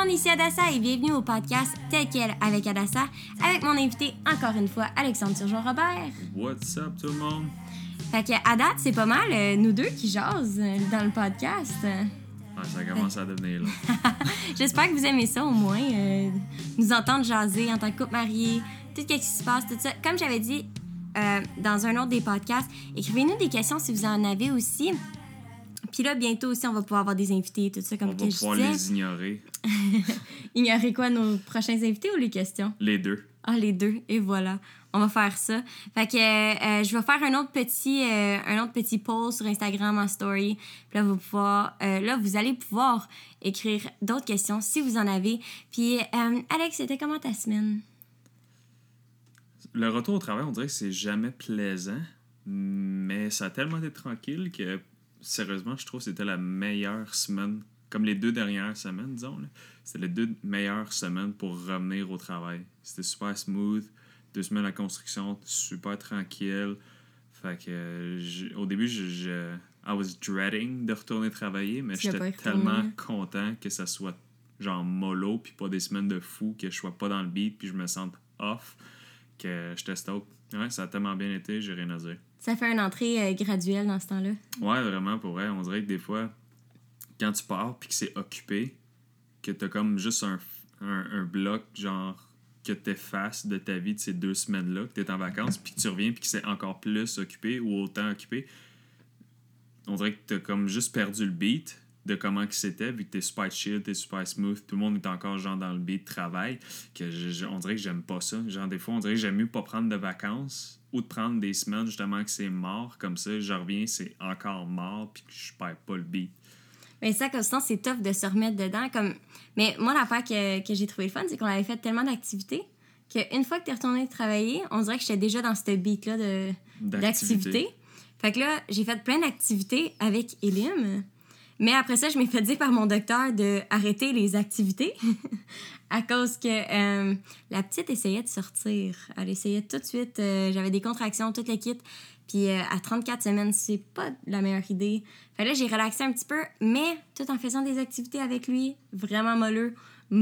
monde, ici Adassa et bienvenue au podcast Tel quel avec Adassa, avec mon invité, encore une fois, Alexandre Turgeon-Robert. What's up tout le monde? Fait que à date, c'est pas mal nous deux qui jasent dans le podcast. Ah, ça commence à devenir là. J'espère que vous aimez ça au moins, nous entendre jaser en tant que couple marié, tout ce qui se passe, tout ça. Comme j'avais dit dans un autre des podcasts, écrivez-nous des questions si vous en avez aussi. Puis là, bientôt aussi, on va pouvoir avoir des invités, tout ça, comme On va pouvoir les ignorer. Ignorer quoi, nos prochains invités ou les questions? Les deux. Ah, les deux, et voilà. On va faire ça. Fait que je vais faire un autre petit poll sur Instagram en story. Puis là, vous allez pouvoir écrire d'autres questions si vous en avez. Puis, Alex, c'était comment ta semaine? Le retour au travail, on dirait que c'est jamais plaisant, mais ça a tellement été tranquille que, sérieusement, je trouve que c'était la meilleure semaine, comme les 2 dernières semaines, disons. Là. C'était les 2 meilleures semaines pour revenir au travail. C'était super smooth. 2 semaines à construction, super tranquille. Fait que au début, I was dreading de retourner travailler, mais j'étais tellement content que ça soit genre mollo, puis pas des semaines de fou, que je sois pas dans le beat, puis je me sente off, que j'étais stoked. Ouais, ça a tellement bien été, j'ai rien à dire. Ça fait une entrée graduelle dans ce temps-là? Ouais, vraiment, pour vrai. On dirait que des fois, quand tu pars, puis que c'est occupé, que t'as comme juste un bloc, genre, que t'effaces de ta vie de ces 2 semaines-là, que t'es en vacances, puis que tu reviens, puis que c'est encore plus occupé ou autant occupé, on dirait que t'as comme juste perdu le beat de comment que c'était, vu que t'es super chill, t'es super smooth, tout le monde est encore genre dans le beat de travail, que on dirait que j'aime pas ça. Genre des fois, on dirait que j'aime mieux pas prendre de vacances ou de prendre des semaines justement que c'est mort, comme ça, je reviens, c'est encore mort, puis que je perds pas le beat. Mais ça, Constant, c'est tough de se remettre dedans. Mais moi, l'affaire que j'ai trouvé le fun, c'est qu'on avait fait tellement d'activités qu'une fois que t'es retourné travailler, on dirait que j'étais déjà dans ce beat-là d'activités. Fait que là, j'ai fait plein d'activités avec Elim. Mais après ça, je m'ai fait dire par mon docteur d'arrêter les activités à cause que la petite essayait de sortir. Elle essayait tout de suite. J'avais des contractions, toute la kit. Puis à 34 semaines, c'est pas la meilleure idée. Fait que là, j'ai relaxé un petit peu, mais tout en faisant des activités avec lui. Vraiment molleux.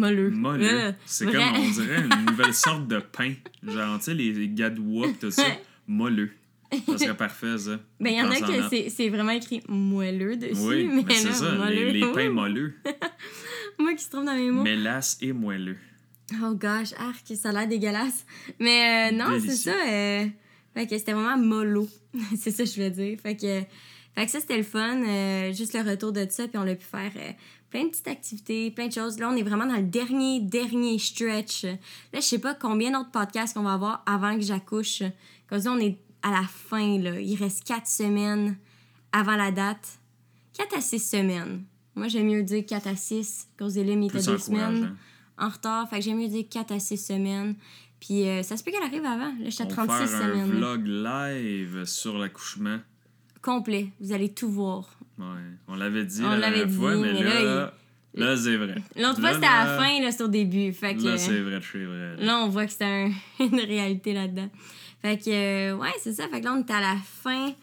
C'est comme, on dirait, une nouvelle sorte de pain. Genre, tu sais, les gadois pis tout ça. Molleux. Ça serait parfait, ça. Ben, il y en a que c'est vraiment écrit moelleux dessus. Oui, mais c'est là, ça, les pains moelleux. Moi qui se trompe dans mes mots. Mélasse et moelleux. Oh gosh, arc, ça a l'air dégueulasse. Mais non, délicieux. C'est ça. Fait que c'était vraiment mollo. C'est ça que je voulais dire. Fait que ça, c'était le fun. Juste le retour de ça. Puis on a pu faire plein de petites activités, plein de choses. Là, on est vraiment dans le dernier stretch. Là, je sais pas combien d'autres podcasts qu'on va avoir avant que j'accouche. Comme ça, on est à la fin, là. Il reste 4 semaines avant la date. 4 à 6 semaines. Moi, j'aime mieux dire 4 à 6. Cause Elim, il était 2 semaines en retard. Fait que j'aime mieux dire 4 à 6 semaines. Puis ça se peut qu'elle arrive avant. Là, j'étais à 36 semaines. On va faire un vlog live sur l'accouchement. Complet. Vous allez tout voir. Ouais. On l'avait dit la dernière fois, mais là, c'est vrai. L'autre fois, c'était à la fin, là, c'est au début. Fait que, là, c'est vrai. Là, on voit que c'est une réalité là-dedans. Fait que, ouais, c'est ça. Fait que là, on est à la fin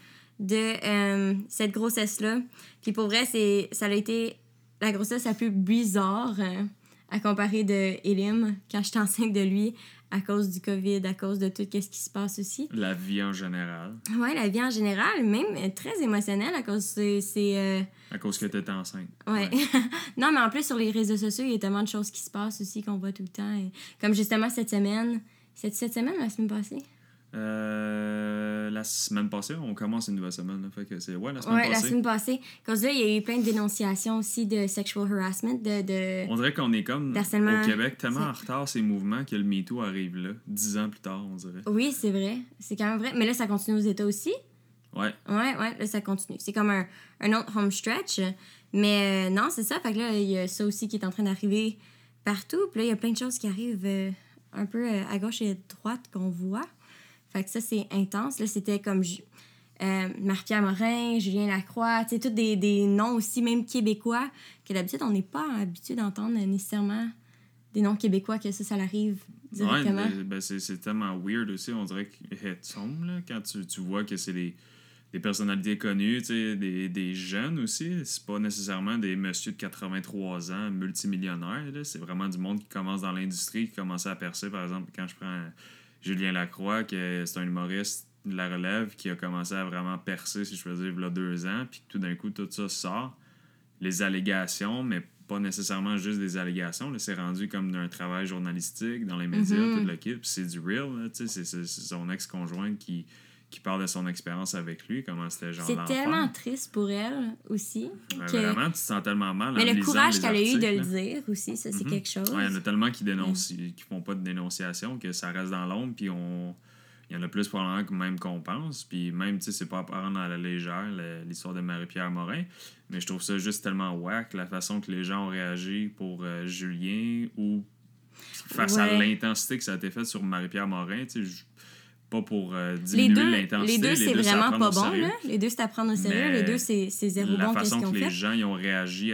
de cette grossesse-là. Puis pour vrai, ça a été la grossesse la plus bizarre à comparer de Elim quand j'étais enceinte de lui à cause du COVID, à cause de tout ce qui se passe aussi. La vie en général. Ouais, la vie en général, même très émotionnelle à cause à cause que t'étais enceinte. Ouais. Non, mais en plus, sur les réseaux sociaux, il y a tellement de choses qui se passent aussi qu'on voit tout le temps. Et comme justement cette semaine. Cette semaine ou la semaine passée? La semaine passée, on commence une nouvelle semaine. Là, fait que c'est la semaine passée. La semaine passée. Cause là, il y a eu plein de dénonciations aussi de sexual harassment. On dirait qu'on est comme au Québec tellement en retard ces mouvements que le MeToo arrive là, 10 ans plus tard, on dirait. Oui, c'est vrai. C'est quand même vrai. Mais là, ça continue aux États aussi. Ouais. Ouais, là, ça continue. C'est comme un autre home stretch. Mais non, c'est ça. Fait que là, il y a ça aussi qui est en train d'arriver partout. Puis là, il y a plein de choses qui arrivent un peu à gauche et à droite qu'on voit. Fait que ça, c'est intense. Là, c'était comme Marie-Pierre Morin, Julien Lacroix, tu sais, tous des noms aussi, même québécois, que d'habitude, on n'est pas habitué d'entendre nécessairement des noms québécois, que ça l'arrive directement. Ouais, c'est tellement weird aussi. On dirait qu'elle tombe, là, quand tu vois que c'est des personnalités connues, tu sais, des jeunes aussi. C'est pas nécessairement des messieurs de 83 ans multimillionnaires, là. C'est vraiment du monde qui commence dans l'industrie, qui commence à percer. Par exemple, quand je prends Julien Lacroix, que c'est un humoriste de la relève qui a commencé à vraiment percer, si je peux dire, il y a 2 ans, puis tout d'un coup, tout ça sort. Les allégations, mais pas nécessairement juste des allégations. Là, c'est rendu comme d'un travail journalistique dans les médias, tout le kit. Puis c'est du real. Là, c'est son ex-conjointe qui parle de son expérience avec lui, comment c'était genre C'est tellement triste pour elle aussi. Ouais, vraiment, tu te sens tellement mal. Mais en le courage lisant qu'elle a eu de articles, le dire aussi, ça, c'est quelque chose. Ouais, il y en a tellement qui dénoncent, qui font pas de dénonciation, que ça reste dans l'ombre, puis il y en a plus probablement que même qu'on pense. Puis même, tu sais, c'est pas à prendre à la légère, l'histoire de Marie-Pierre Morin. Mais je trouve ça juste tellement whack, la façon que les gens ont réagi pour Julien ou face à l'intensité que ça a été fait sur Marie-Pierre Morin. Tu sais, pas pour diminuer l'intensité. Les deux, c'est vraiment pas bon. Là. Les deux, c'est à prendre au sérieux. Les deux, c'est zéro bon. La façon que les gens ils ont réagi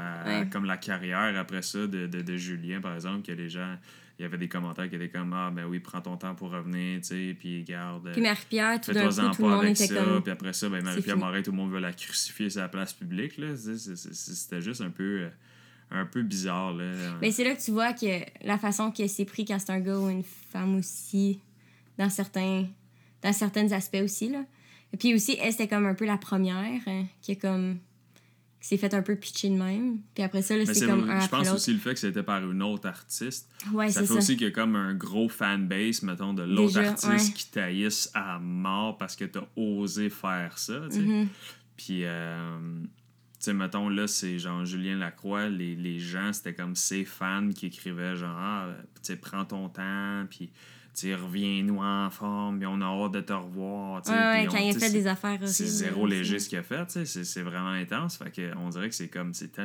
à comme la carrière après ça de Julien, par exemple, que les gens... Il y avait des commentaires qui étaient comme « Ah, ben oui, prends ton temps pour revenir, tu sais, puis garde... » Puis Marie-Pierre, tout d'un coup, tout le monde était comme... Puis après ça, ben Marie-Pierre Morin, tout le monde veut la crucifier sur la place publique, là. C'était juste un peu bizarre, là. Mais c'est là que tu vois que la façon que c'est pris quand c'est un gars ou une femme aussi, dans certains aspects aussi, là. Et puis aussi, elle, c'était comme un peu la première, qui est comme... s'est fait un peu pitcher de même. Puis après ça, là, c'est comme un je après pense l'autre. aussi le fait que c'était par une autre artiste. Ouais, ça fait aussi qu'il y a comme un gros fanbase, mettons, de l'autre artiste qui taillisse à mort parce que t'as osé faire ça, tu sais. Puis, tu sais, mettons, là, c'est genre Julien Lacroix, les gens, c'était comme ses fans qui écrivaient genre, ah, tu sais, prends ton temps, puis... reviens-nous en forme, puis on a hâte de te revoir. Ouais, quand il a fait des affaires aussi. C'est zéro léger ce qu'il a fait, c'est vraiment intense. Fait que on dirait que c'est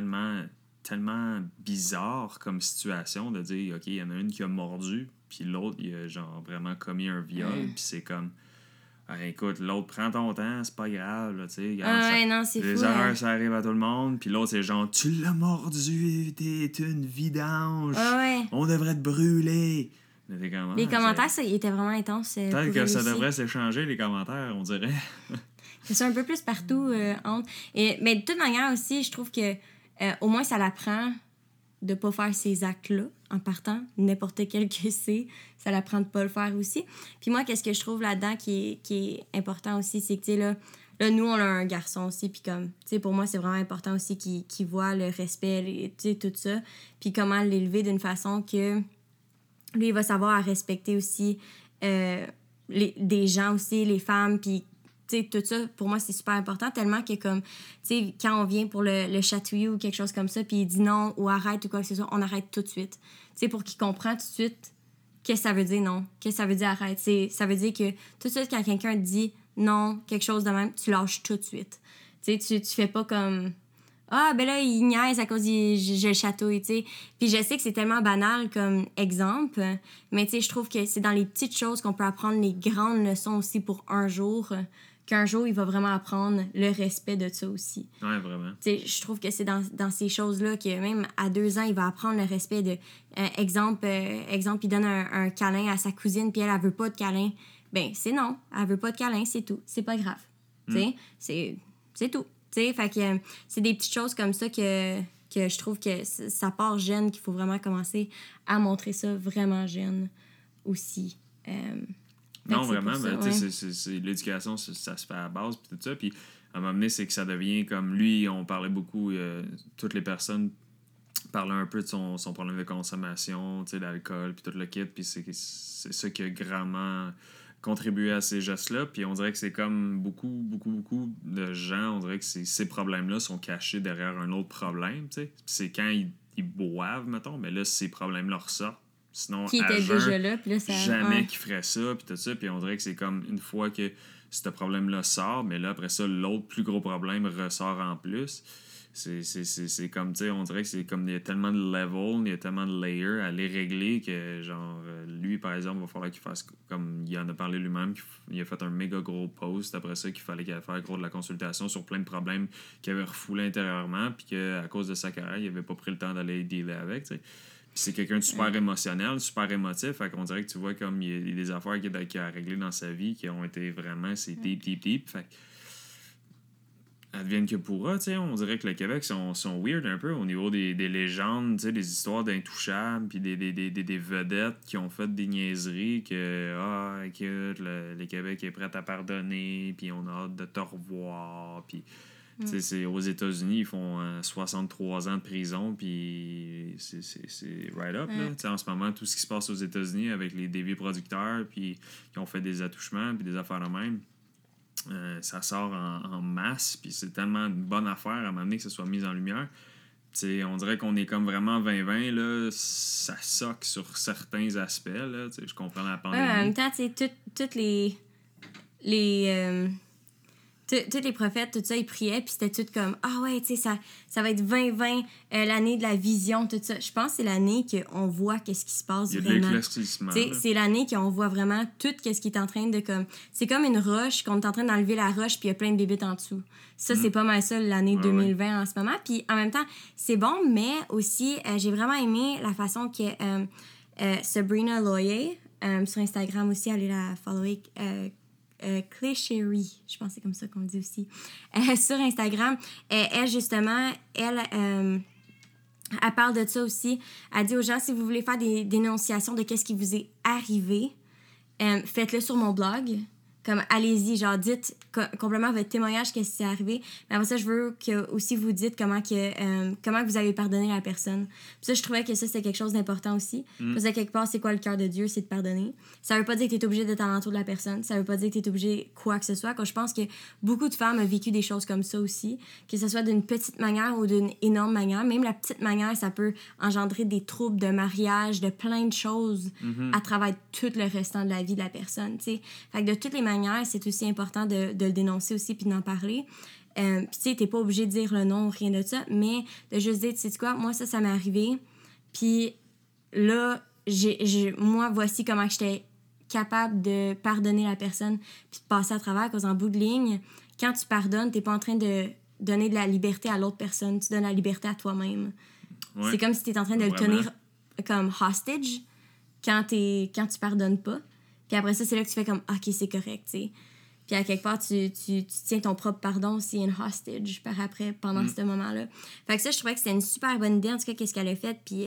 tellement bizarre comme situation de dire, OK, il y en a une qui a mordu, puis l'autre, il a genre vraiment commis un viol, puis c'est comme, écoute, l'autre, prends ton temps, c'est pas grave, là, tu sais. non, c'est les fou. erreurs, ça arrive à tout le monde, puis l'autre, c'est genre, tu l'as mordu, t'es une vidange, on devrait te brûler. Les commentaires, ça, ils étaient vraiment intenses. Peut-être que ça devrait s'échanger, les commentaires, on dirait. C'est ça, un peu plus partout. Mais de toute manière aussi, je trouve que au moins, ça l'apprend de pas faire ces actes-là en partant. N'importe quel que c'est, ça l'apprend de pas le faire aussi. Puis moi, qu'est-ce que je trouve là-dedans qui est important aussi, c'est que, tu sais, là, nous, on a un garçon aussi, puis comme, tu sais, pour moi, c'est vraiment important aussi qu'il voit le respect, tu sais, tout ça, puis comment l'élever d'une façon que... Lui, il va savoir à respecter aussi des gens aussi, les femmes, puis, tu sais, tout ça, pour moi, c'est super important, tellement que, comme, tu sais, quand on vient pour le chatouiller ou quelque chose comme ça, puis il dit non ou arrête ou quoi que ce soit, on arrête tout de suite. Tu sais, pour qu'il comprenne tout de suite qu'est-ce que ça veut dire non, qu'est-ce que ça veut dire arrête. Ça veut dire que tout de suite, quand quelqu'un dit non, quelque chose de même, tu lâches tout de suite. Tu sais, tu fais pas comme... Ah, ben là, il niaise à cause je le chatouille, tu sais. Puis je sais que c'est tellement banal comme exemple, mais tu sais, je trouve que c'est dans les petites choses qu'on peut apprendre les grandes leçons aussi pour un jour, qu'un jour, il va vraiment apprendre le respect de ça aussi. Ouais, vraiment. Tu sais, je trouve que c'est dans ces choses-là que même à 2 ans, il va apprendre le respect de... exemple, il donne un câlin à sa cousine, puis elle veut pas de câlin. Ben, c'est non. Elle veut pas de câlin, c'est tout. C'est pas grave. Tu sais, c'est tout. T'sais, fait que c'est des petites choses comme ça que je trouve que ça part jeune, qu'il faut vraiment commencer à montrer ça vraiment jeune aussi. Non, vraiment, l'éducation, ça se fait à la base, puis tout ça. Puis à un moment donné, c'est que ça devient comme lui, on parlait beaucoup, toutes les personnes parlaient un peu de son problème de consommation, d'alcool, puis tout le kit, puis c'est ça qui a grandement contribuer à ces gestes-là, puis on dirait que c'est comme beaucoup de gens, on dirait que ces problèmes-là sont cachés derrière un autre problème, tu sais. C'est quand ils boivent, mettons, mais là, ces problèmes-là ressortent. Sinon, qui était déjà là, puis là, ça... jamais qu'ils feraient ça, puis tout ça, puis on dirait que c'est comme une fois que ce problème-là sort, mais là, après ça, l'autre plus gros problème ressort en plus. C'est comme, tu sais, on dirait que c'est comme il y a tellement de levels, il y a tellement de layers à les régler que, genre, lui, par exemple, il va falloir qu'il fasse, comme il en a parlé lui-même, il a fait un méga gros post après ça, qu'il fallait qu'il aille faire gros de la consultation sur plein de problèmes qu'il avait refoulés intérieurement, puis qu'à cause de sa carrière, il avait pas pris le temps d'aller dealer avec, tu sais. Puis c'est quelqu'un de super émotionnel, super émotif, fait qu'on dirait que tu vois comme il y a des affaires qu'il a réglées dans sa vie qui ont été vraiment, c'est deep. Fait advienne que pourra, tu sais, on dirait que le Québec sont weird un peu au niveau des légendes, tu sais, des histoires d'intouchables, puis des vedettes qui ont fait des niaiseries que, écoute, le Québec est prêt à pardonner, puis on a hâte de te revoir, puis, tu sais, c'est aux États-Unis, ils font 63 ans de prison, puis c'est right up, là. Tu sais, en ce moment, tout ce qui se passe aux États-Unis avec des vieux producteurs, puis qui ont fait des attouchements, puis des affaires de même. Ça sort en masse, puis c'est tellement une bonne affaire à m'amener que ça soit mis en lumière. T'sais, on dirait qu'on est comme vraiment 2020, là, ça soque sur certains aspects, là, je comprends la pandémie. En même temps, tu sais, toutes les tous les prophètes, tout ça, ils priaient, puis c'était tout comme, ah ouais, tu sais, ça va être 2020, l'année de la vision, tout ça. Je pense que c'est l'année qu'on voit qu'est-ce qui se passe vraiment. Il y a de l'éclaircissement. C'est l'année qu'on voit vraiment tout qu'est-ce qui est en train de comme... C'est comme une roche, qu'on est en train d'enlever la roche, puis il y a plein de bébites en dessous. Ça, c'est pas mal ça, l'année 2020 en ce moment. Puis en même temps, c'est bon, mais aussi, j'ai vraiment aimé la façon que Sabrina Loyer, sur Instagram aussi, allez la follower, Clichérie, je pense que c'est comme ça qu'on le dit aussi, sur Instagram. Elle, justement, elle parle de ça aussi. Elle dit aux gens, si vous voulez faire des dénonciations de qu'est-ce qui vous est arrivé, faites-le sur mon blog. Comme, allez-y, genre, dites complètement votre témoignage, qu'est-ce qui s'est arrivé. Mais après ça, je veux que aussi vous dites comment que vous avez pardonné la personne. Puis ça, je trouvais que ça, c'était quelque chose d'important aussi. Parce que quelque part, c'est quoi le cœur de Dieu? C'est de pardonner. Ça veut pas dire que t'es obligé d'être alentour de la personne. Ça veut pas dire que t'es obligé quoi que ce soit. Quand je pense que beaucoup de femmes ont vécu des choses comme ça aussi. Que ce soit d'une petite manière ou d'une énorme manière. Même la petite manière, ça peut engendrer des troubles de mariage, de plein de choses à travers tout le restant de la vie de la personne, tu sais. Fait que de toutes les manières, c'est aussi important de le dénoncer aussi puis d'en parler. Puis tu sais, t'es pas obligé de dire le nom ou rien de ça, mais de juste dire, tu sais quoi, moi ça m'est arrivé, puis là, moi, voici comment j'étais capable de pardonner la personne puis de passer à travers, parce qu'en bout de ligne, quand tu pardonnes, t'es pas en train de donner de la liberté à l'autre personne, tu donnes la liberté à toi-même. Ouais, c'est comme si t'es en train de le tenir comme hostage quand tu pardonnes pas. Puis après ça, c'est là que tu fais comme, OK, c'est correct, tu sais. Puis à quelque part, tu tiens ton propre pardon aussi une hostage par après, pendant ce moment-là. Fait que ça, je trouvais que c'était une super bonne idée, en tout cas, qu'est-ce qu'elle a fait. Puis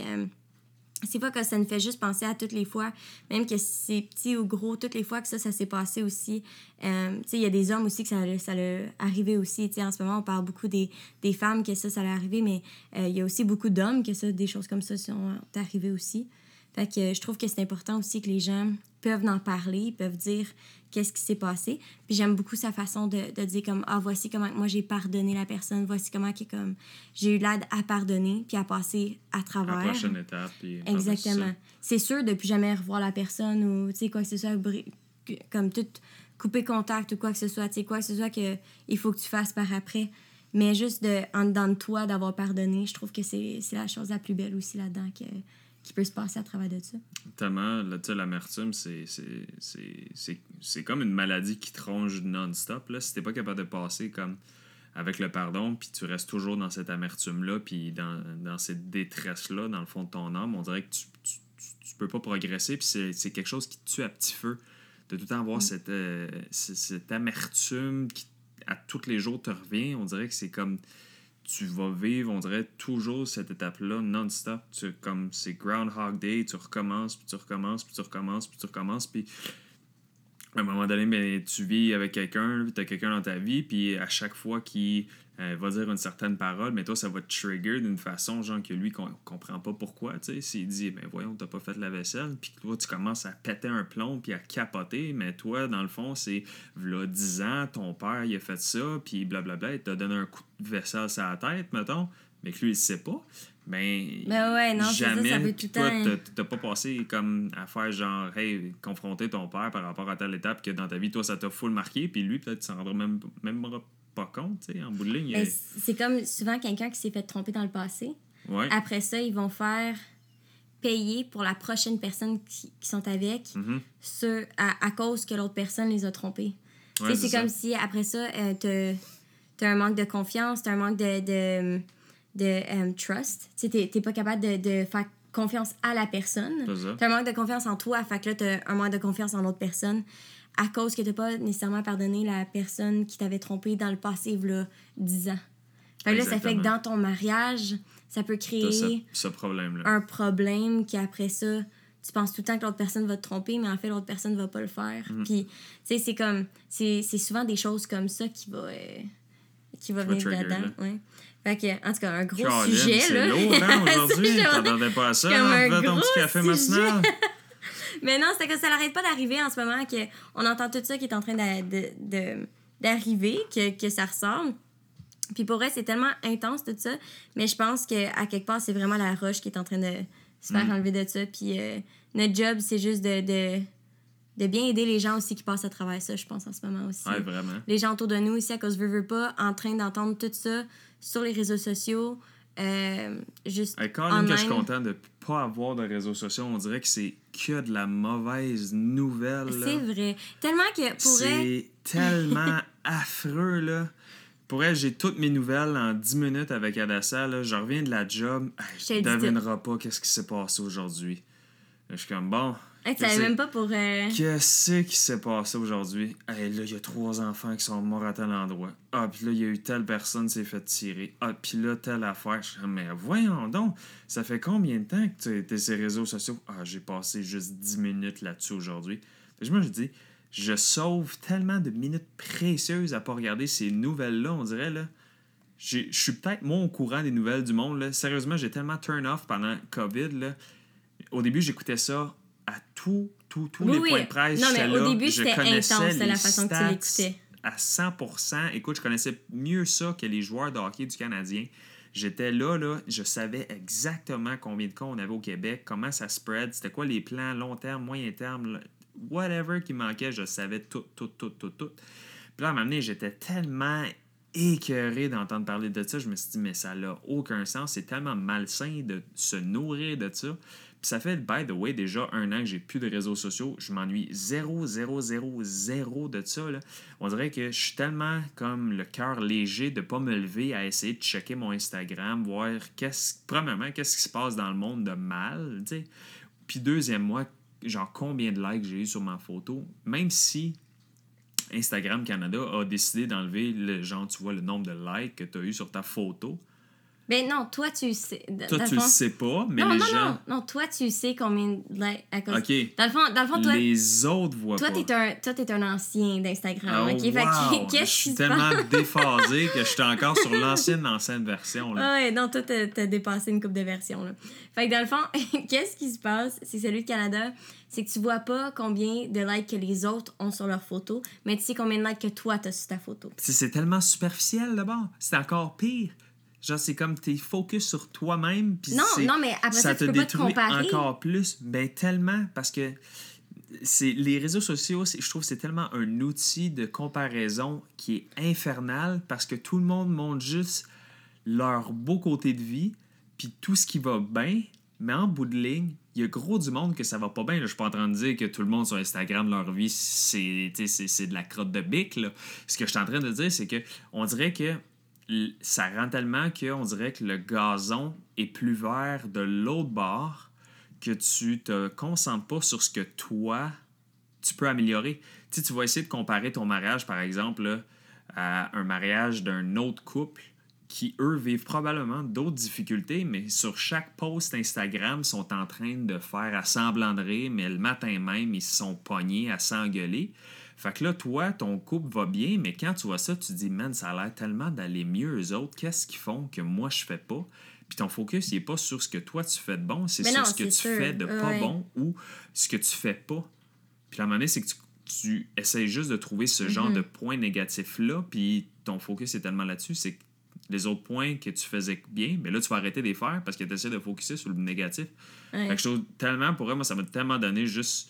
c'est pas que ça me fait juste penser à toutes les fois, même que c'est petit ou gros, toutes les fois que ça s'est passé aussi. Tu sais, il y a des hommes aussi que ça l'a arrivé aussi. Tu sais, en ce moment, on parle beaucoup des femmes que ça l'a arrivé, mais il y a aussi beaucoup d'hommes que ça, des choses comme ça sont arrivées aussi. Fait que je trouve que c'est important aussi que les gens peuvent en parler, peuvent dire qu'est-ce qui s'est passé. Puis j'aime beaucoup sa façon de dire comme, voici comment moi j'ai pardonné la personne, voici comment comme j'ai eu l'aide à pardonner puis à passer à travers. La prochaine étape. Puis exactement. C'est sûr de plus jamais revoir la personne ou tu sais quoi que ce soit, comme tout couper contact ou quoi que ce soit, tu sais quoi que ce soit qu'il faut que tu fasses par après. Mais juste en dedans de toi d'avoir pardonné, je trouve que c'est la chose la plus belle aussi là-dedans qui peut se passer à travers de ça. Tellement, là, tu sais, l'amertume, c'est comme une maladie qui te ronge non-stop. Là. Si t'es pas capable de passer comme avec le pardon, puis tu restes toujours dans cette amertume-là, puis dans cette détresse-là, dans le fond de ton âme, on dirait que tu peux pas progresser, puis c'est quelque chose qui te tue à petit feu. De tout le temps avoir cette amertume qui, à tous les jours, te revient. On dirait que c'est comme... Tu vas vivre, on dirait, toujours cette étape-là non-stop. Comme c'est Groundhog Day, tu recommences, puis tu recommences, puis tu recommences, puis tu recommences, puis à un moment donné, ben, tu vis avec quelqu'un, puis tu as quelqu'un dans ta vie, puis à chaque fois qu'il va dire une certaine parole, mais toi, ça va te trigger d'une façon, genre, que lui, comprend pas pourquoi, tu sais. S'il dit, ben voyons, t'as pas fait la vaisselle, puis toi, tu commences à péter un plomb, puis à capoter, mais toi, dans le fond, c'est, v'là 10 ans, ton père, il a fait ça, puis blablabla, il t'a donné un coup de vaisselle sur la tête, mettons, mais que lui, il sait pas. Ben ouais, non, jamais, ça veut tout toi, temps... t'as pas passé comme à faire genre, hey, confronter ton père par rapport à telle étape que dans ta vie, toi, ça t'a full marqué, puis lui, peut-être, tu s'en rendras même pas compte, tu sais, en bout de ligne. Mais c'est comme souvent quelqu'un qui s'est fait tromper dans le passé. Ouais. Après ça, ils vont faire payer pour la prochaine personne qui sont avec à cause que l'autre personne les a trompés. Ouais, c'est comme si, après ça, t'as un manque de confiance, t'as un manque de trust. Tu sais, t'es pas capable de faire confiance à la personne. T'as un manque de confiance en toi, fait que là, t'as un manque de confiance en l'autre personne. à cause que t'as pas nécessairement pardonné la personne qui t'avait trompé dans le passé, là, 10 ans. Fait que là, ça fait que dans ton mariage, ça peut créer ce problème-là. un problème qui, après ça, tu penses tout le temps que l'autre personne va te tromper, mais en fait, l'autre personne va pas le faire. Puis, tu sais, c'est comme... C'est souvent des choses comme ça qui va venir là-dedans. Ouais. Fait que, en tout cas, un gros sujet, c'est là. C'est lourd, hein, aujourd'hui? T'attendais pas à ça, hein? Fais ton petit café matinal. Mais non, c'est que ça n'arrête pas d'arriver en ce moment, qu'on entend tout ça qui est en train d'arriver, que ça ressemble. Puis pour vrai, c'est tellement intense tout ça, mais je pense qu'à quelque part, c'est vraiment la roche qui est en train de se faire enlever de ça. Puis notre job, c'est juste de bien aider les gens aussi qui passent à travers ça, je pense, en ce moment aussi. Ouais, vraiment. Les gens autour de nous ici, à cause veut pas, en train d'entendre tout ça sur les réseaux sociaux, juste Colin, que je suis content de pas avoir de réseaux sociaux. On dirait que c'est que de la mauvaise nouvelle. C'est vrai. Tellement que c'est tellement affreux, là. Pour elle, j'ai toutes mes nouvelles en 10 minutes avec Adassa. Là. Je reviens de la job. Je ne devineras pas qu'est-ce qui s'est passé aujourd'hui. Je suis comme, bon... tu savais même pas pour... Qu'est-ce qui s'est passé aujourd'hui? Là, il y a 3 enfants qui sont morts à tel endroit. Ah, puis là, il y a eu telle personne qui s'est fait tirer. Ah, puis là, telle affaire. Je suis comme, mais voyons donc, ça fait combien de temps que tu étais sur les réseaux sociaux? Ah, j'ai passé juste 10 minutes là-dessus aujourd'hui. Moi, je dis, je sauve tellement de minutes précieuses à pas regarder ces nouvelles-là, on dirait, là. Je suis peut-être, moi, au courant des nouvelles du monde, là. Sérieusement, j'ai tellement turn off pendant COVID, là. Au début, j'écoutais ça à tous les points de presse. Non, mais au début, c'était intense, la façon que tu l'écoutais. À 100%. Écoute, je connaissais mieux ça que les joueurs de hockey du Canadien. J'étais là, je savais exactement combien de cas on avait au Québec, comment ça spread, c'était quoi les plans, long terme, moyen terme, whatever qui manquait, je savais tout. Puis là, à un moment donné, j'étais tellement écœuré d'entendre parler de ça, je me suis dit, mais ça n'a aucun sens, c'est tellement malsain de se nourrir de ça. Puis ça fait, by the way, déjà 1 an que j'ai plus de réseaux sociaux. Je m'ennuie 0 de ça. Là. On dirait que je suis tellement comme le cœur léger de ne pas me lever à essayer de checker mon Instagram, voir premièrement, qu'est-ce qui se passe dans le monde de mal. T'sais. Puis deuxièmement, genre combien de likes j'ai eu sur ma photo. Même si Instagram Canada a décidé d'enlever tu vois le nombre de likes que tu as eu sur ta photo. Ben non, toi, tu sais. Toi, tu le sais pas, mais les gens... Non, toi, tu sais combien... à cause... OK. Dans le fond, toi... Les autres voient pas. Toi, t'es un ancien d'Instagram, OK? Wow. Fait qu'est-ce je suis tellement déphasé que je suis encore sur l'ancienne version. Là. Ouais, non, toi, t'as dépassé une couple de versions. Là. Fait que dans le fond, qu'est-ce qui se passe? C'est celui de Canada, c'est que tu vois pas combien de likes que les autres ont sur leur photo, mais tu sais combien de likes que toi, t'as sur ta photo. C'est tellement superficiel, d'abord. C'est encore pire. Genre, c'est comme t'es focus sur toi-même. Non, mais après ça, tu peux pas te comparer. Encore plus. Ben, tellement, parce que les réseaux sociaux, je trouve que c'est tellement un outil de comparaison qui est infernal parce que tout le monde montre juste leur beau côté de vie puis tout ce qui va bien, mais en bout de ligne, il y a gros du monde que ça va pas bien. Je suis pas en train de dire que tout le monde sur Instagram, leur vie, c'est de la crotte de bique. Là. Ce que je suis en train de dire, c'est que on dirait que ça rend tellement qu'on dirait que le gazon est plus vert de l'autre bord, que tu te concentres pas sur ce que toi, tu peux améliorer. Tu vas essayer de comparer ton mariage, par exemple, là, à un mariage d'un autre couple qui, eux, vivent probablement d'autres difficultés, mais sur chaque post Instagram, ils sont en train de faire à semblant de rire, mais le matin même, ils se sont pognés à s'engueuler. Fait que là, toi, ton couple va bien, mais quand tu vois ça, tu te dis, man, ça a l'air tellement d'aller mieux eux autres. Qu'est-ce qu'ils font que moi, je fais pas? Puis ton focus, il n'est pas sur ce que toi, tu fais de bon, c'est sur ce que tu fais de pas bon ou ce que tu fais pas. Puis à un moment donné, c'est que tu essaies juste de trouver ce genre de points négatifs-là, puis ton focus est tellement là-dessus, c'est que les autres points que tu faisais bien, mais là, tu vas arrêter de les faire parce que tu essaies de focuser sur le négatif. Fait que je trouve tellement, pour eux, moi, ça m'a tellement donné juste...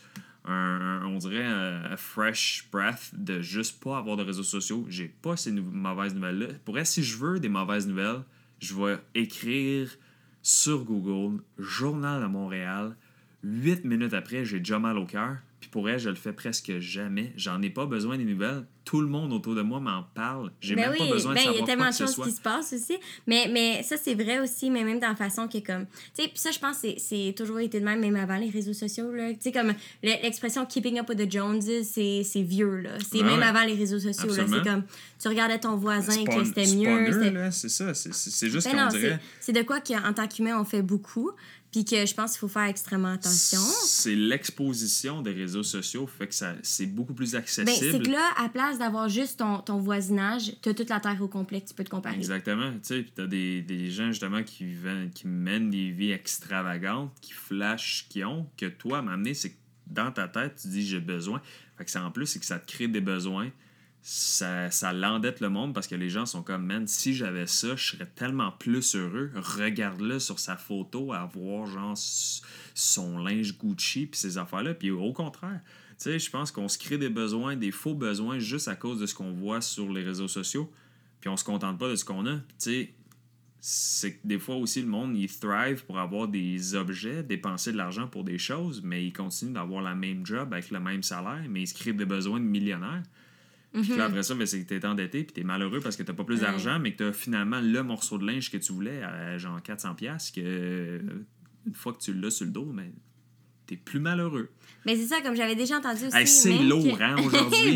on dirait un fresh breath de juste pas avoir de réseaux sociaux. J'ai pas ces mauvaises nouvelles-là. Pour être, si je veux des mauvaises nouvelles, je vais écrire sur Google Journal de Montréal. 8 minutes après, j'ai déjà mal au cœur. Puis pour elle, je le fais presque jamais. J'en ai pas besoin des nouvelles. Tout le monde autour de moi m'en parle. J'ai même pas besoin de savoir quoi que ce soit. Il y a tellement de choses qui se passent aussi. Mais ça, c'est vrai aussi, mais même dans la façon que comme... Tu sais, puis ça, je pense que c'est toujours été de même avant les réseaux sociaux, là. Tu sais, comme l'expression « keeping up with the Joneses », c'est vieux, là. C'est même avant les réseaux sociaux, là. C'est comme, tu regardais ton voisin que c'était mieux. C'est ça. C'est juste qu'on dirait... C'est de quoi qu'en tant qu'humain, on fait beaucoup. Puis que je pense qu'il faut faire extrêmement attention. C'est l'exposition des réseaux sociaux, fait que c'est beaucoup plus accessible. C'est que là, à place d'avoir juste ton voisinage, t'as toute la terre au complet que tu peux te comparer. Exactement. Tu sais, puis t'as des gens, justement, qui mènent des vies extravagantes, qui flashent, que toi, à m'amener, c'est que dans ta tête, tu dis « j'ai besoin ». Fait que ça, en plus, c'est que ça te crée des besoins. Ça l'endette le monde parce que les gens sont comme, man, si j'avais ça, je serais tellement plus heureux. Regarde-le sur sa photo, à voir genre son linge Gucci puis ces affaires-là. Puis au contraire, tu sais, je pense qu'on se crée des besoins, des faux besoins juste à cause de ce qu'on voit sur les réseaux sociaux. Puis on se contente pas de ce qu'on a. Tu sais, c'est que des fois aussi, le monde, il thrive pour avoir des objets, dépenser de l'argent pour des choses, mais il continue d'avoir la même job avec le même salaire, mais il se crée des besoins de millionnaire. Puis là, après ça, c'est que t'es endetté puis t'es malheureux parce que t'as pas plus d'argent, mais que t'as finalement le morceau de linge que tu voulais à genre 400$, que une fois que tu l'as sur le dos, mais t'es plus malheureux. Mais c'est ça, comme j'avais déjà entendu aussi. Hey, c'est lourd, hein, aujourd'hui.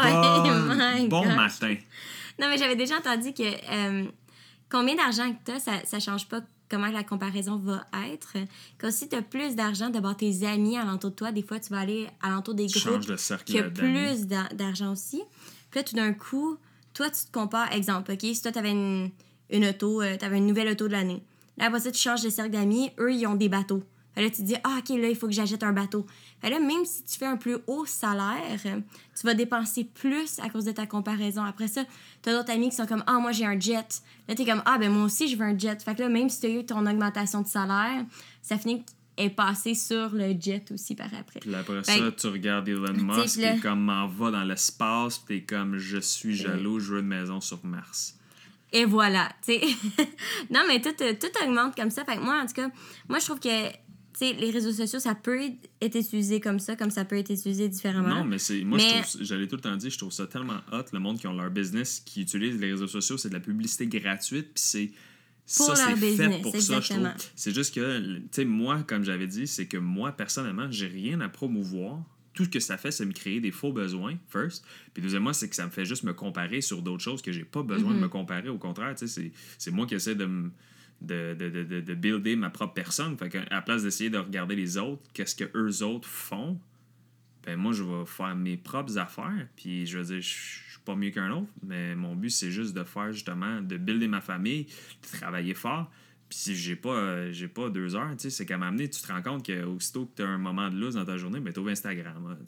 Bon matin. Non, mais j'avais déjà entendu que combien d'argent que t'as, ça change pas comment la comparaison va être. Quand si tu as plus d'argent, d'abord tes amis alentour de toi, des fois tu vas aller alentour des groupes qui ont plus d'argent aussi. Puis là, tout d'un coup, toi, tu te compares, exemple, OK, si toi, tu avais une auto, tu avais une nouvelle auto de l'année. Là, après ça, tu changes de cercle d'amis, eux, ils ont des bateaux. Fait là, tu te dis, OK, là, il faut que j'achète un bateau. Fait là, même si tu fais un plus haut salaire, tu vas dépenser plus à cause de ta comparaison. Après ça, tu as d'autres amis qui sont comme, moi, j'ai un jet. Là, tu es comme, ben moi aussi, je veux un jet. Fait que là, même si tu as eu ton augmentation de salaire, ça finit est passé sur le jet aussi par après. Puis après ça, tu regardes Elon Musk et comme m'en va dans l'espace, puis t'es comme, je suis jaloux, je veux une maison sur Mars. Et voilà, tu sais. Non, mais tout augmente comme ça. Fait que moi, en tout cas, moi, je trouve que les réseaux sociaux, ça peut être utilisé comme ça peut être utilisé différemment. Non, mais j'allais tout le temps dire, je trouve ça tellement hot, le monde qui ont leur business, qui utilise les réseaux sociaux, c'est de la publicité gratuite, puis c'est fait pour ça, je trouve. C'est juste que, tu sais, moi, comme j'avais dit, c'est que moi, personnellement, j'ai rien à promouvoir. Tout ce que ça fait, c'est me créer des faux besoins, first. Puis deuxièmement, c'est que ça me fait juste me comparer sur d'autres choses que j'ai pas besoin de me comparer. Au contraire, tu sais, c'est moi qui essaie de builder ma propre personne. Fait qu'à la place d'essayer de regarder les autres, qu'est-ce que eux autres font, ben moi, je vais faire mes propres affaires. Puis je veux dire, je suis pas mieux qu'un autre, mais mon but, c'est juste de faire, justement, de builder ma famille, de travailler fort. Puis si j'ai pas 2 heures, tu sais, c'est qu'à m'amener, tu te rends compte qu'aussitôt que tu as un moment de loose dans ta journée, ben tu ouvres Instagram. Hein,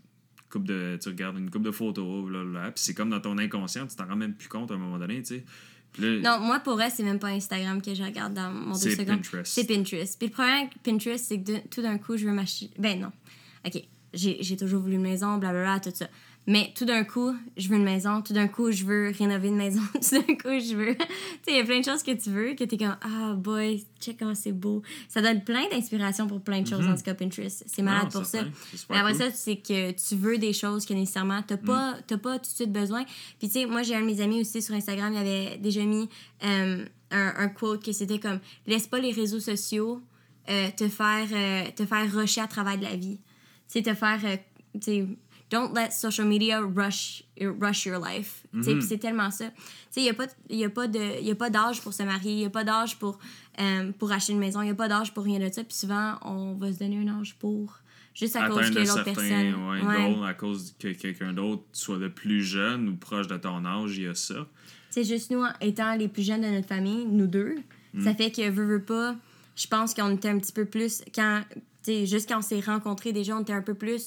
tu regardes une couple de photos, puis c'est comme dans ton inconscient, tu t'en rends même plus compte à un moment donné, tu sais. Là, non, moi, pour elle, c'est même pas Instagram que je regarde dans mon 2 secondes. C'est Pinterest. Puis le problème avec Pinterest, c'est que tout d'un coup, je veux m'acheter... Ben non. OK, j'ai toujours voulu une maison, blablabla, tout ça. Mais tout d'un coup, je veux une maison. Tout d'un coup, je veux rénover une maison. Tout d'un coup, je veux... Tu sais, il y a plein de choses que tu veux, que t'es comme, boy, check comment c'est beau. Ça donne plein d'inspiration pour plein de choses, en tout cas, Pinterest. C'est malade pour ça. Mais après ça, c'est que tu veux des choses que nécessairement, t'as pas tout de suite besoin. Puis tu sais, moi, j'ai un de mes amis aussi sur Instagram, il avait déjà mis un quote que c'était comme, laisse pas les réseaux sociaux te faire rusher à travers de la vie. Tu sais, te faire... tu sais, don't let social media rush your life. Puis c'est tellement ça. Il n'y a pas d'âge pour se marier, il n'y a pas d'âge pour acheter une maison, il n'y a pas d'âge pour rien de ça. Puis souvent, on va se donner un âge pour juste à cause que l'autre personne... goal, à cause que quelqu'un d'autre soit le plus jeune ou proche de ton âge, il y a ça. C'est juste nous, étant les plus jeunes de notre famille, nous deux, ça fait que veux pas... Je pense qu'on était un petit peu plus... Juste quand on s'est rencontrés, déjà, on était un peu plus...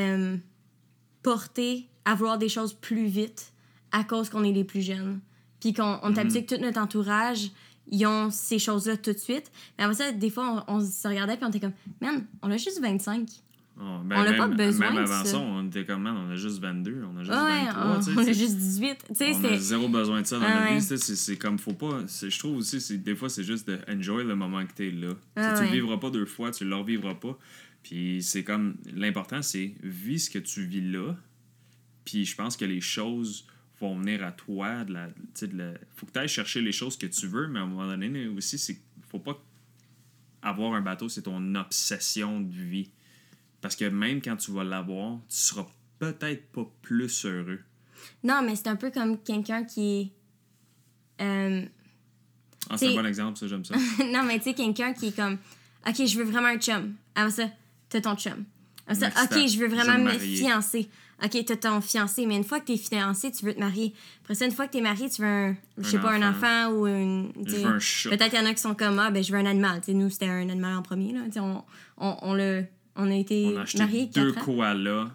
portés à vouloir des choses plus vite à cause qu'on est les plus jeunes. Puis qu'on est habitué que tout notre entourage, ils ont ces choses-là tout de suite. Mais après ça, des fois, on se regardait puis on était comme, man, on a juste 25. Oh, on n'a pas besoin même de avant ça. ça, on était comme, man, on a juste 22, on a juste Ouais, 23. on a juste 18. On a zéro besoin de ça dans notre ouais. vie. C'est comme, faut pas. Je trouve aussi, des fois, c'est juste de enjoy le moment que t'es là. Tu le vivras pas 2 fois, tu le revivras pas. Puis c'est comme, l'important, c'est vis ce que tu vis là. Puis je pense que les choses vont venir à toi. Faut que tu ailles chercher les choses que tu veux, mais à un moment donné aussi, faut pas avoir un bateau, c'est ton obsession de vie. Parce que même quand tu vas l'avoir, tu seras peut-être pas plus heureux. Non, mais c'est un peu comme quelqu'un qui est... c'est un bon exemple, ça, j'aime ça. Non, mais tu sais, quelqu'un qui est comme, OK, je veux vraiment un chum. Après ça, t'as ton chum. Après ça, OK, je veux vraiment me fiancer. OK, t'as ton fiancé. Mais une fois que t'es fiancé, tu veux te marier. Après ça, une fois que t'es marié, tu veux un enfant ou une... Je veux un chat. Peut-être qu'il y en a qui sont comme, je veux un animal. T'sais, nous, c'était un animal en premier. Là. On a été mariés 4 ans. 2 koalas.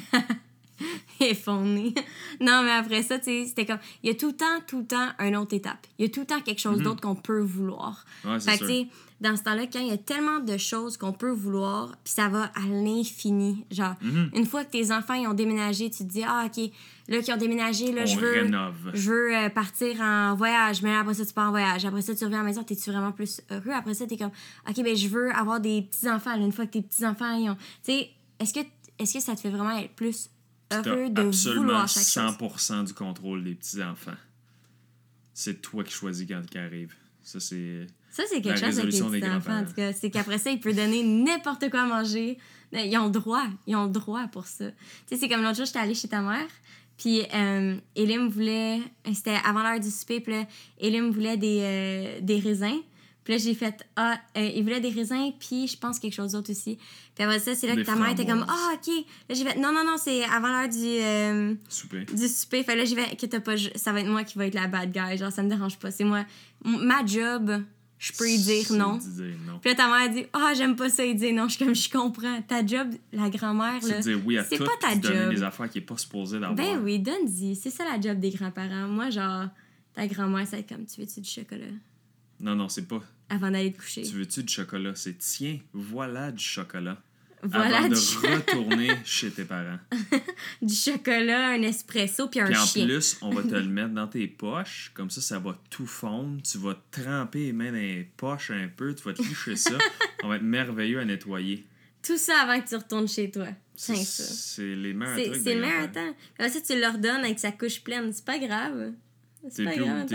Effondré. Non, mais après ça, tu sais, c'était comme... Il y a tout le temps une autre étape. Il y a tout le temps quelque chose d'autre qu'on peut vouloir. Ouais, c'est sûr. Tu sais, dans ce temps-là, quand il y a tellement de choses qu'on peut vouloir, puis ça va à l'infini. Genre, une fois que tes enfants ils ont déménagé, tu te dis, OK, là, qu'ils ont déménagé, là, je veux partir en voyage. Mais là, après ça, tu pars en voyage. Après ça, tu reviens à la maison, t'es-tu vraiment plus heureux? Après ça, t'es comme, OK, ben je veux avoir des petits-enfants. Là, une fois que tes petits-enfants, ils ont... Tu sais, est-ce que ça te fait vraiment être plus heureux de vouloir chaque chose? Absolument 100% du contrôle des petits-enfants. C'est toi qui choisis quand ils arrivent. Ça, c'est quelque chose avec les petits-enfants, en tout cas. C'est qu'après ça, ils peuvent donner n'importe quoi à manger. Ils ont le droit pour ça. Tu sais, c'est comme l'autre jour, j'étais allée chez ta mère, puis Elim voulait... C'était avant l'heure du souper, puis là, Elim voulait des raisins. Puis là, j'ai fait, il voulait des raisins, puis je pense quelque chose d'autre aussi. Puis après ça, c'est là que ta mère était comme, OK. Là, j'ai fait, non, c'est avant l'heure du souper. Fait que là, j'ai fait, que ça va être moi qui va être la bad guy. Genre, ça me dérange pas. C'est moi. Ma job, je peux y dire non. Puis là, ta mère a dit, j'aime pas ça, il dit non. Je comprends. Ta job, la grand-mère, là, c'est dire oui à c'est tout, pas ta job. donner des affaires qui est pas supposé d'avoir. Ben oui, donne-y. C'est ça la job des grands-parents. Moi, genre, ta grand-mère, ça va être comme, tu veux-tu du chocolat? Non, c'est pas. Avant d'aller te coucher. Tu veux-tu du chocolat? C'est tiens, voilà du chocolat. Voilà avant de retourner chez tes parents. Du chocolat, un espresso, puis un chien. Puis en plus, on va te le mettre dans tes poches. Comme ça va tout fondre. Tu vas te tremper les mains dans les poches un peu. Tu vas te licher ça. On va être merveilleux à nettoyer. Tout ça avant que tu retournes chez toi. C'est les meilleurs trucs. C'est le meilleur temps. Comme ça, tu leur donnes avec sa couche pleine. C'est pas grave. C'est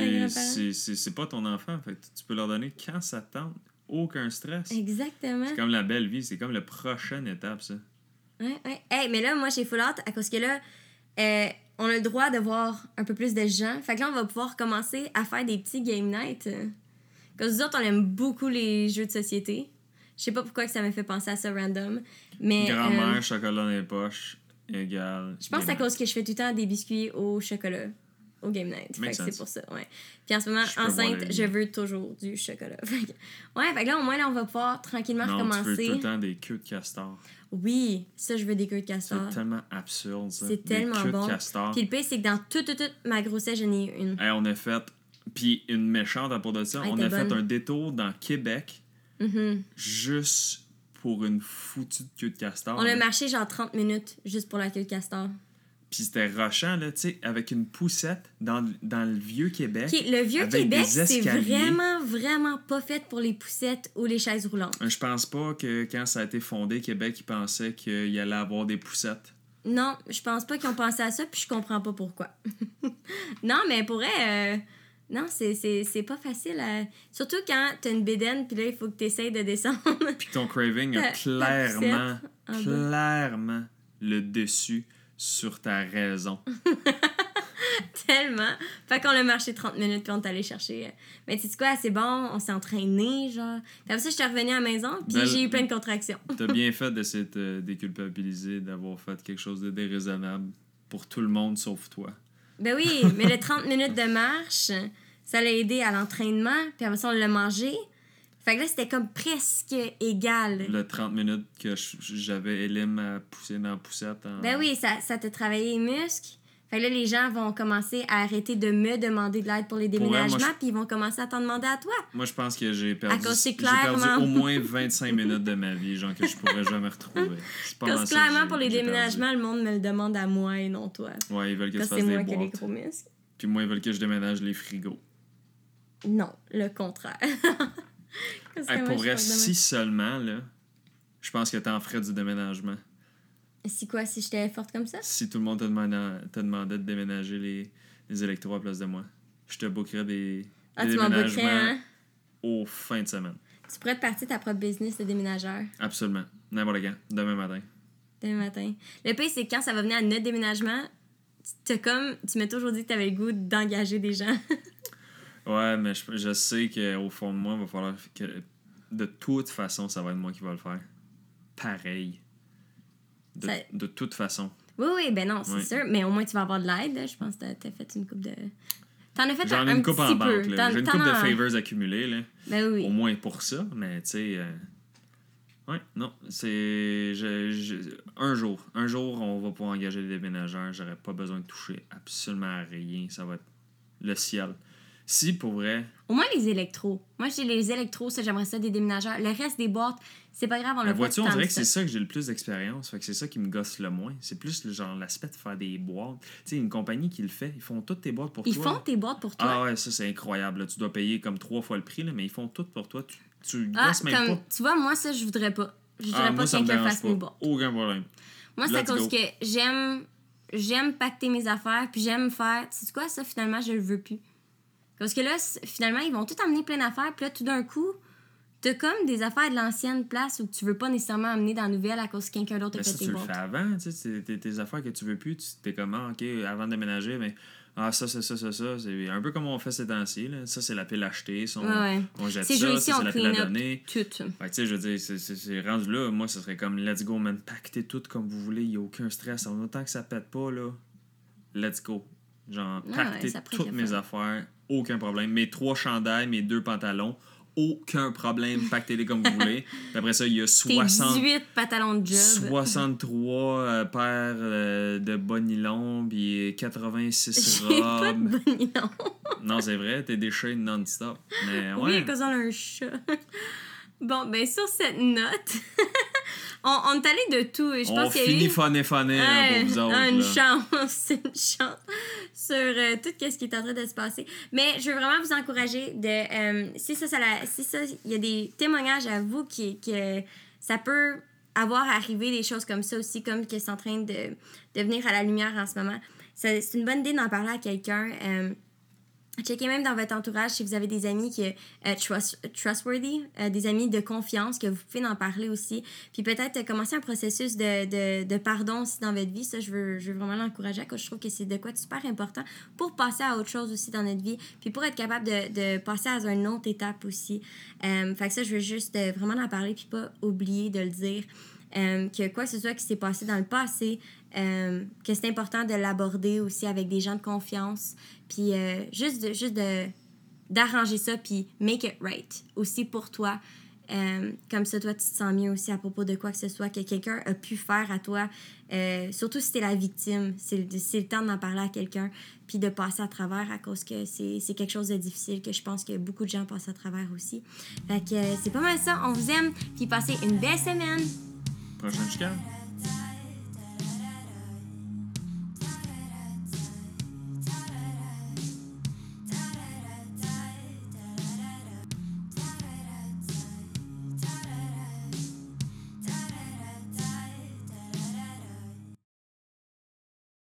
pas ton enfant. Fait que tu peux leur donner quand ça te tente. Aucun stress. Exactement. C'est comme la belle vie. C'est comme la prochaine étape, ça. Ouais. Hey, mais là, moi, chez Full Art, à cause que là, on a le droit de voir un peu plus de gens. Fait que là, on va pouvoir commencer à faire des petits game nights. Parce que nous autres, on aime beaucoup les jeux de société. Je sais pas pourquoi que ça m'a fait penser à ça random. Mais, grand-mère, chocolat dans les poches, égale. Je pense que c'est à cause que je fais tout le temps des biscuits au chocolat. Au game night. Fait que c'est pour ça, ouais. Puis en ce moment, enceinte, je veux toujours du chocolat. Fait que là, au moins, là, on va pouvoir tranquillement recommencer. Tu veux tout le temps des queues de castor. Oui, ça, je veux des queues de castor. C'est tellement absurde, ça. C'est tellement bon. Puis le pire, c'est que dans toute ma grossesse, j'en ai eu une. Hey, on a fait... Puis une méchante à part de ça, on a fait un détour dans Québec juste pour une foutue queue de castor. On a marché genre 30 minutes juste pour la queue de castor. Puis c'était rushant, là, tu sais, avec une poussette dans le vieux Québec. Okay, le vieux Québec, c'est vraiment, vraiment pas fait pour les poussettes ou les chaises roulantes. Je pense pas que quand ça a été fondé, Québec, ils pensaient qu'il allait avoir des poussettes. Non, je pense pas qu'ils ont pensé à ça, puis je comprends pas pourquoi. Non, mais pour vrai, non, c'est pas facile. Surtout quand t'as une bédaine, puis là, il faut que t'essayes de descendre. Puis ton craving a clairement le dessus sur ta raison. Tellement. Fait qu'on a marché 30 minutes puis on est allé chercher. Mais tu sais quoi, c'est bon, on s'est entraîné, genre. Puis après ça, j'étais revenue à la maison puis j'ai eu plein de contractions. T'as bien fait d'essayer de te déculpabiliser, d'avoir fait quelque chose de déraisonnable pour tout le monde sauf toi. Ben oui, mais les 30 minutes de marche, ça l'a aidé à l'entraînement puis après ça, on l'a mangé. Fait que là, c'était comme presque égal. Le 30 minutes que j'avais Elim à pousser dans la poussette. Ben oui, ça t'a travaillé les muscles. Fait que là, les gens vont commencer à arrêter de me demander de l'aide pour les déménagements, puis ils vont commencer à t'en demander à toi. Moi, je pense que j'ai perdu clairement... au moins 25 minutes de ma vie, genre que je pourrais jamais retrouver. C'est pas parce que clairement, pour les déménagements, le monde me le demande à moi et non toi. Ouais, ils veulent que tu fasses des boîtes. C'est moi qui ai les gros muscles. Puis moi, ils veulent que je déménage les frigos. Non, le contraire. Pour vrai, si seulement, là, je pense que t'en ferais du déménagement. Si quoi, si j'étais forte comme ça? Si tout le monde te demandait de déménager les électros à place de moi. Je te bookerais des déménagements aux fins de semaine. Tu pourrais te partir ta propre business de déménageur. Absolument. N'importe quand. Demain matin. Le pire, c'est que quand ça va venir à notre déménagement, tu m'as toujours dit que tu avais le goût d'engager des gens. Ouais, mais je sais qu'au fond de moi, il va falloir que de toute façon, ça va être moi qui va le faire. Pareil. De toute façon. Oui, ben non, c'est sûr. Mais au moins, tu vas avoir de l'aide. Je pense que t'as fait une coupe de... T'en as fait J'en ai une coupe en banque. J'ai une coupe de favors accumulés. Là. Ben oui. Au moins pour ça. Mais tu sais... Ouais, non. C'est... Un jour, on va pouvoir engager des déménageurs. J'aurais pas besoin de toucher absolument à rien. Ça va être le ciel. Si, pour vrai... Au moins les électros. Moi, j'ai les électros, ça, j'aimerais ça, des déménageurs. Le reste des boîtes, c'est pas grave, on l'a pas. Vois-tu, on dirait que c'est ça que j'ai le plus d'expérience. Fait que c'est ça qui me gosse le moins. C'est plus genre l'aspect de faire des boîtes. Tu sais, une compagnie qui le fait, ils font toutes tes boîtes pour toi. Ils font tes boîtes pour toi? Ah ouais, ça, c'est incroyable. Là. Tu dois payer comme 3 fois le prix, là, mais ils font tout pour toi. Tu gosses même pas. Tu vois, moi, ça, je voudrais pas. Je voudrais pas que quelqu'un fasse mes boîtes. Aucun problème. Moi, c'est à cause que j'aime pacter mes affaires, puis j'aime faire... C'est quoi, ça, finalement, je le veux plus. Parce que là, finalement, ils vont tout emmener plein d'affaires. Puis là, tout d'un coup, t'as comme des affaires de l'ancienne place où tu veux pas nécessairement amener dans la nouvelle à cause que quelqu'un d'autre a fait tes boîtes. Tu le fais avant, tu sais, tes affaires que tu veux plus, t'es comme, OK, avant de déménager, mais ça. C'est un peu comme on fait ces temps-ci. Là. Ça, c'est la pile achetée. On jette ça, c'est la pile à donner. Tout. Tu sais, je veux dire, c'est rendu là. Moi, ça serait comme, let's go, man, pactez tout comme vous voulez. Il n'y a aucun stress. En autant que ça pète pas, là, let's go. Genre, pactez toutes mes affaires. Aucun problème. Mes 3 chandails, mes 2 pantalons, aucun problème. Pactez-les comme vous voulez. Puis après ça, il y a 18 pantalons de job. 63 paires de bas nylon, puis 86 robes. Pas de bas nylon. Non, c'est vrai, t'es déchiré non-stop. Mais ouais. Oui, à cause d'un a un chat. Bon, ben sur cette note, on est allé de tout. Et je pense qu'il y a eu... phoné pour vous autres. Une chance sur tout ce qui est en train de se passer. Mais je veux vraiment vous encourager de... si il y a des témoignages à vous que ça peut avoir arrivé des choses comme ça aussi, comme que c'est en train de venir à la lumière en ce moment. C'est une bonne idée d'en parler à quelqu'un. Checkez même dans votre entourage si vous avez des amis qui trustworthy, des amis de confiance, que vous pouvez en parler aussi. Puis peut-être commencer un processus de pardon aussi dans votre vie. Ça, je veux vraiment l'encourager, parce que je trouve que c'est de quoi de super important pour passer à autre chose aussi dans notre vie, puis pour être capable de passer à une autre étape aussi. Fait que ça, je veux juste vraiment en parler, puis pas oublier de le dire. Que quoi que ce soit qui s'est passé dans le passé, que c'est important de l'aborder aussi avec des gens de confiance, puis juste d'arranger ça, puis make it right aussi pour toi. Comme ça, toi, tu te sens mieux aussi à propos de quoi que ce soit que quelqu'un a pu faire à toi. Surtout si t'es la victime, c'est le temps d'en parler à quelqu'un, puis de passer à travers, à cause que c'est quelque chose de difficile, que je pense que beaucoup de gens passent à travers aussi. Fait que c'est pas mal ça. On vous aime, puis passez une belle semaine. Prochaine chicane.